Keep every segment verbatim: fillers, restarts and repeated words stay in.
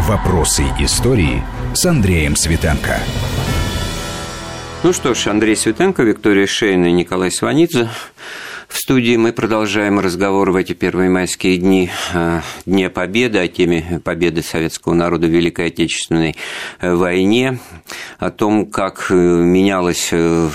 Вопросы истории с Андреем Светенко. Ну что ж, Андрей Светенко, Виктория Шейна и Николай Сванидзе. В студии мы продолжаем разговор в эти первые майские дни, Дне Победы, о теме победы советского народа в Великой Отечественной войне, о том, как менялось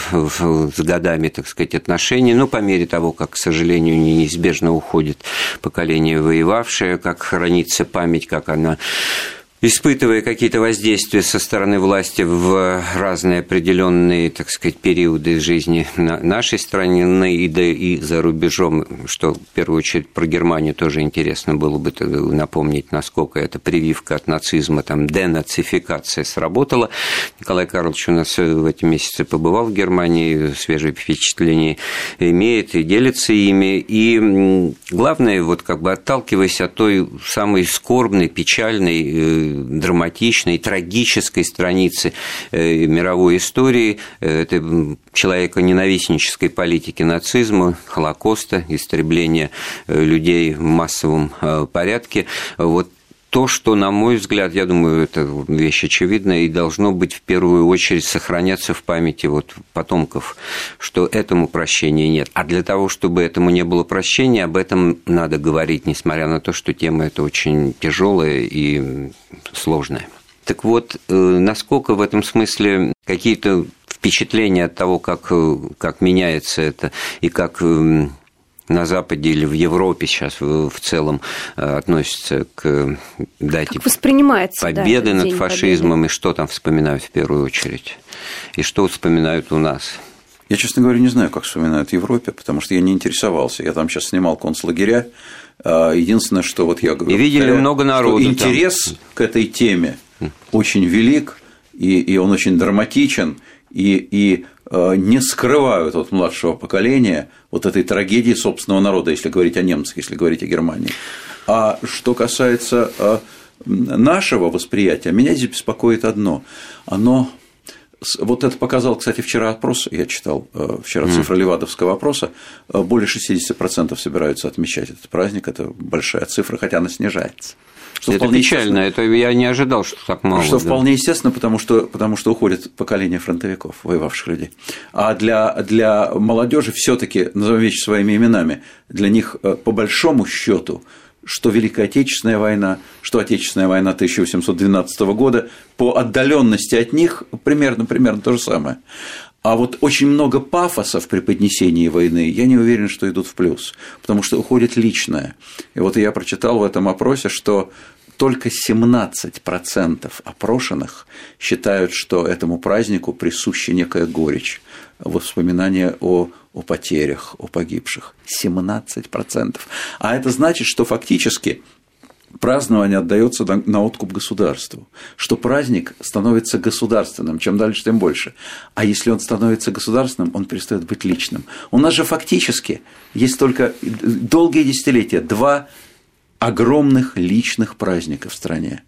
с годами, так сказать, отношение, ну, по мере того, как, к сожалению, неизбежно уходит поколение воевавшее, как хранится память, как она, испытывая какие-то воздействия со стороны власти в разные определенные, так сказать, периоды жизни нашей страны и, да, и за рубежом, что в первую очередь про Германию тоже интересно было бы напомнить, насколько эта прививка от нацизма, там, денацификация сработала. Николай Карлович у нас в эти месяцы побывал в Германии, свежие впечатления имеет и делится ими. И главное, вот как бы отталкиваясь от той самой скорбной, печальной, драматичной, трагической страницы мировой истории, это человеконенавистнической политики нацизма, Холокоста, истребления людей в массовом порядке. Вот то, что, на мой взгляд, я думаю, это вещь очевидная, и должно быть в первую очередь сохраняться в памяти вот потомков, что этому прощения нет. А для того, чтобы этому не было прощения, об этом надо говорить, несмотря на то, что тема эта очень тяжелая и сложная. Так вот, насколько в этом смысле какие-то впечатления от того, как, как меняется это и как на Западе или в Европе сейчас в целом относятся к дате победы, да, над фашизмом, победы. И что там вспоминают в первую очередь, и что вспоминают у нас? Я, честно говоря, не знаю, как вспоминают в Европе, потому что я не интересовался. Я там сейчас снимал концлагеря. Единственное, что вот я говорю, и видели повторяю, много народу. Интерес там к этой теме очень велик, и, и он очень драматичен, и, и не скрывают от младшего поколения вот этой трагедии собственного народа, если говорить о немцах, если говорить о Германии. А что касается нашего восприятия, меня здесь беспокоит одно. Оно, вот это показал, кстати, вчера опрос, я читал вчера цифры Левадовского опроса, более шестьдесят процентов собираются отмечать этот праздник, это большая цифра, хотя она снижается. Что это печально, это я не ожидал, что так мало. Что да. вполне естественно, потому что, потому что уходит поколение фронтовиков, воевавших людей. А для, для молодежи все-таки, назовем вещи своими именами, для них, по большому счету, что Великая Отечественная война, что Отечественная война тысяча восемьсот двенадцатого года, по отдаленности от них примерно, примерно то же самое. А вот очень много пафоса в преподнесении войны, я не уверен, что идут в плюс, потому что уходит личное. И вот я прочитал в этом опросе, что только семнадцать процентов опрошенных считают, что этому празднику присуща некая горечь, воспоминания о, о потерях, о погибших. семнадцать процентов. А это значит, что фактически празднование отдается на откуп государству, что праздник становится государственным, чем дальше, тем больше. А если он становится государственным, он перестает быть личным. У нас же фактически есть только долгие десятилетия два огромных личных праздника в стране.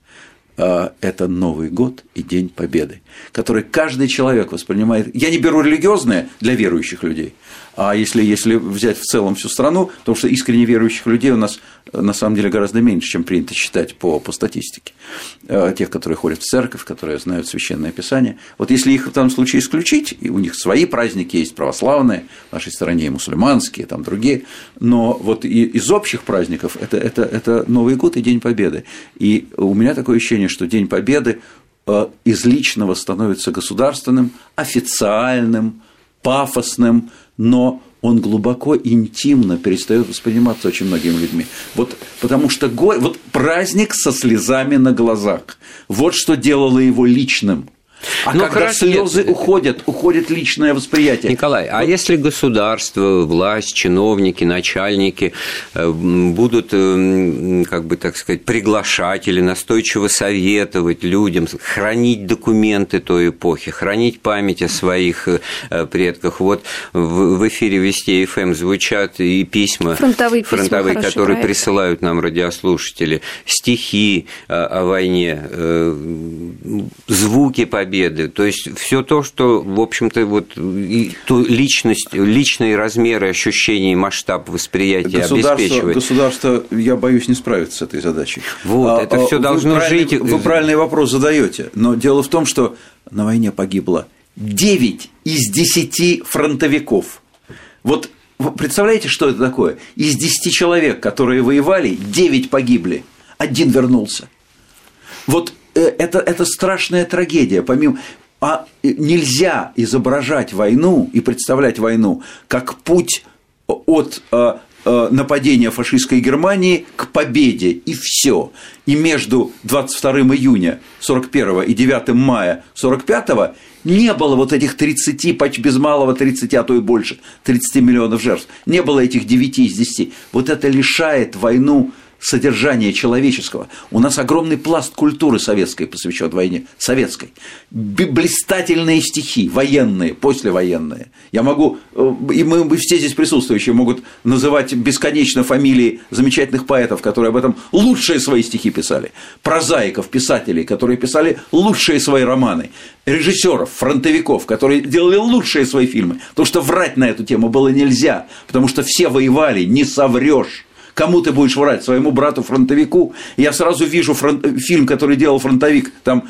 Это Новый год и День Победы, который каждый человек воспринимает. Я не беру религиозное для верующих людей, а если, если взять в целом всю страну, потому что искренне верующих людей у нас на самом деле гораздо меньше, чем принято считать по, по статистике. Тех, которые ходят в церковь, которые знают Священное Писание. Вот если их в данном случае исключить, и у них свои праздники есть, православные, в нашей стране и мусульманские, там другие, но вот из общих праздников это, это, это Новый год и День Победы. И у меня такое ощущение, что День Победы из личного становится государственным, официальным, пафосным, но он глубоко интимно перестает восприниматься очень многими людьми. Вот, потому что го... вот праздник со слезами на глазах. Вот что делало его личным. А ну, когда слезы уходят, уходит личное восприятие. Николай, вот. А если государство, власть, чиновники, начальники будут, как бы так сказать, приглашать или настойчиво советовать людям хранить документы той эпохи, хранить память о своих предках. Вот в эфире Вести эф эм звучат и письма фронтовые, фронтовые письма, которые проект. Присылают нам радиослушатели, стихи о войне, звуки победы. победы. То есть все то, что, в общем-то, вот и ту личность, личные размеры, ощущения, масштаб восприятия государство, обеспечивает. Государство, я боюсь, не справится с этой задачей. Вот, а, это все должно жить. Вы правильный вопрос задаете, но дело в том, что на войне погибло девять из десяти фронтовиков. Вот вы представляете, что это такое? Из десяти человек, которые воевали, девять погибли, один вернулся. Вот это, это страшная трагедия. Помимо... А нельзя изображать войну и представлять войну как путь от нападения фашистской Германии к победе, и все. И между двадцать вторым июня сорок первого и девятым мая сорок пятого не было вот этих тридцати, почти без малого тридцати, а то и больше, тридцати миллионов жертв. Не было этих девяти из десяти. Вот это лишает войну содержания человеческого. У нас огромный пласт культуры советской посвящен войне. Советской. Блистательные стихи, военные, послевоенные. Я могу, и мы все здесь присутствующие могут называть бесконечно фамилии замечательных поэтов, которые об этом лучшие свои стихи писали. Прозаиков, писателей, которые писали лучшие свои романы. Режиссеров, фронтовиков, которые делали лучшие свои фильмы. Потому что врать на эту тему было нельзя. Потому что все воевали, не соврёшь. Кому ты будешь врать? Своему брату-фронтовику? Я сразу вижу фронт... фильм, который делал фронтовик, там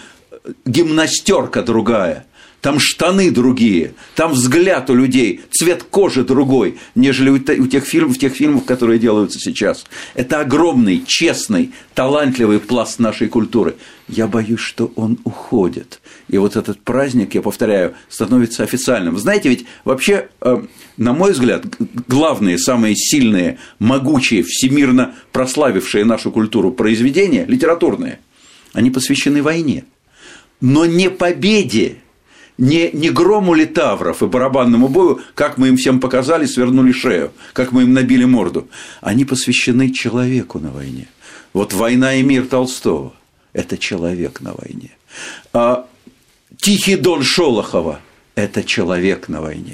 гимнастерка другая, там штаны другие, там взгляд у людей, цвет кожи другой, нежели у тех фильмов, тех фильмов, которые делаются сейчас. Это огромный, честный, талантливый пласт нашей культуры. Я боюсь, что он уходит. И вот этот праздник, я повторяю, становится официальным. Знаете, ведь вообще, на мой взгляд, главные, самые сильные, могучие, всемирно прославившие нашу культуру произведения, литературные, они посвящены войне. Но не победе, не, не грому литавров и барабанному бою, как мы им всем показали, свернули шею, как мы им набили морду. Они посвящены человеку на войне. Вот «Война и мир» Толстого – это человек на войне. А «Тихий дон» Шолохова – это человек на войне.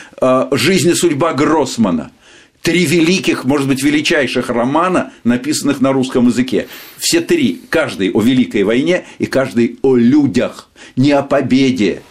А «Жизнь и судьба» Гроссмана – три великих, может быть, величайших романа, написанных на русском языке. Все три, каждый о Великой войне и каждый о людях, не о победе,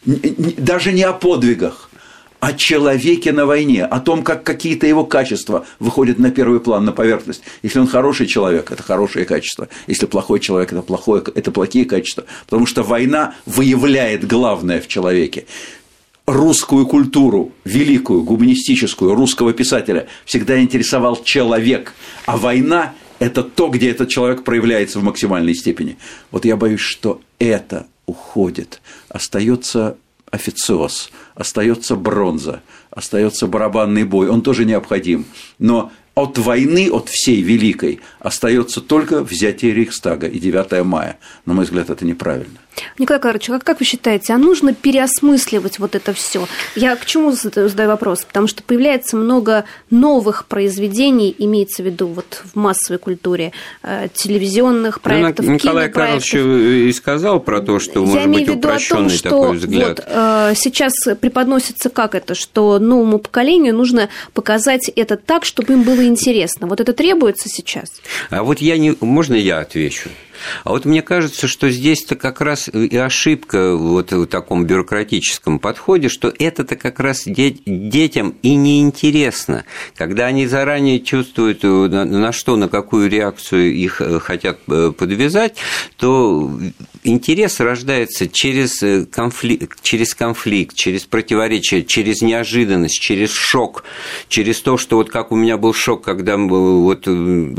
даже не о подвигах, о человеке на войне, о том, как какие-то его качества выходят на первый план, на поверхность. Если он хороший человек, это хорошие качества. Если плохой человек, это, плохое, это плохие качества. Потому что война выявляет главное в человеке. Русскую культуру, великую, гуманистическую, русского писателя всегда интересовал человек, а война – это то, где этот человек проявляется в максимальной степени. Вот я боюсь, что это уходит. Остается официоз, остается бронза, остается барабанный бой, он тоже необходим. Но от войны, от всей великой, остается только взятие Рейхстага и девятое мая. На мой взгляд, это неправильно. Николай Карпович, а как вы считаете, а нужно переосмысливать вот это все? Я к чему задаю вопрос? Потому что появляется много новых произведений, имеется в виду вот в массовой культуре, телевизионных проектов, ну, Николай Карлович и сказал про то, что Я может быть упрощенный том, что такой взгляд. Вот, э, сейчас преподносится как это, что новому поколению нужно показать это так, чтобы им было интересно. Вот это требуется сейчас? А вот я не... Можно я отвечу? А вот мне кажется, что здесь-то как раз и ошибка вот в таком бюрократическом подходе, что это-то как раз детям и неинтересно. Когда они заранее чувствуют, на что, на какую реакцию их хотят подвязать, то интерес рождается через конфликт, через конфликт, через противоречие, через неожиданность, через шок, через то, что вот как у меня был шок, когда вот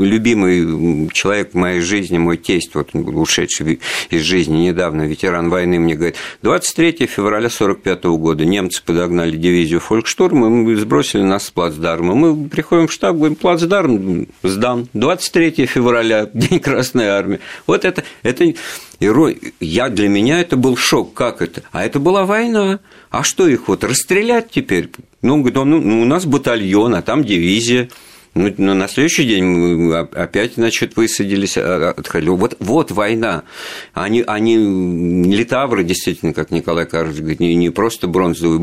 любимый человек в моей жизни, мой тесть, вот ушедший из жизни недавно, ветеран войны, мне говорит, двадцать третьего февраля сорок пятого года немцы подогнали дивизию «Фолькштурм», и мы сбросили нас с плацдарма. Мы приходим в штаб, говорим, плацдарм сдан. двадцать третьего февраля, День Красной Армии. Вот это, это я, для меня это был шок. Как это? А это была война. А что их вот расстрелять теперь? Ну, ну у нас батальон, а там дивизия. Ну, на следующий день мы опять, значит, высадились, отходили. Вот, вот война. Они, они литавры, действительно, как Николай Карлович говорит, не, не просто бронзовые,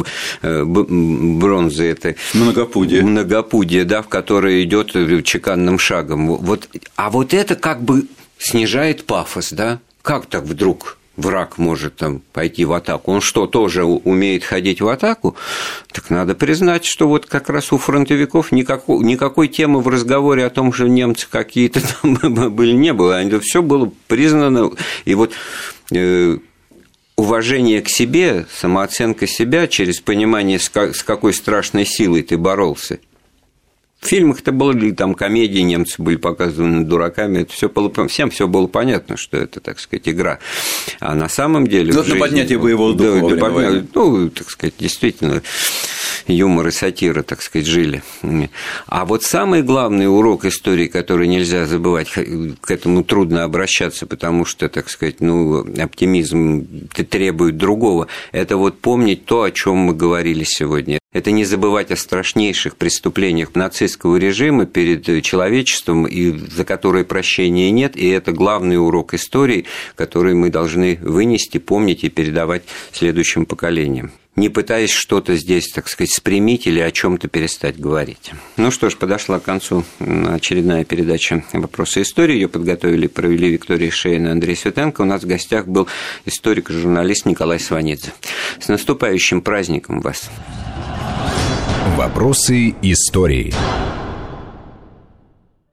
бронзы, это многопудие. Многопудие, да, в которое идет чеканным шагом. Вот, а вот это как бы снижает пафос, да? Как так вдруг? враг может там пойти в атаку, он что, тоже умеет ходить в атаку? Так надо признать, что вот как раз у фронтовиков никакой, никакой темы в разговоре о том, что немцы какие-то там были, не было. Это все было признано. И вот э, уважение к себе, самооценка себя через понимание, с какой страшной силой ты боролся. В фильмах-то были там комедии, немцы были показаны дураками, это все было, всем все было понятно, что это, так сказать, игра. А на самом деле... Ну, на поднятие боевого духа. Да, во время войны. Ну, так сказать, действительно, юмор и сатира, так сказать, жили. А вот самый главный урок истории, который нельзя забывать, к этому трудно обращаться, потому что, так сказать, ну, оптимизм требует другого, это вот помнить то, о чем мы говорили сегодня. Это не забывать о страшнейших преступлениях нацистского режима перед человечеством, и за которые прощения нет, и это главный урок истории, который мы должны вынести, помнить и передавать следующим поколениям, не пытаясь что-то здесь, так сказать, спрямить или о чем-то перестать говорить. Ну что ж, подошла к концу очередная передача «Вопросы истории». Ее подготовили и провели Виктория Шейн и Андрей Светенко. У нас в гостях был историк и журналист Николай Сванидзе. С наступающим праздником вас! «Вопросы истории».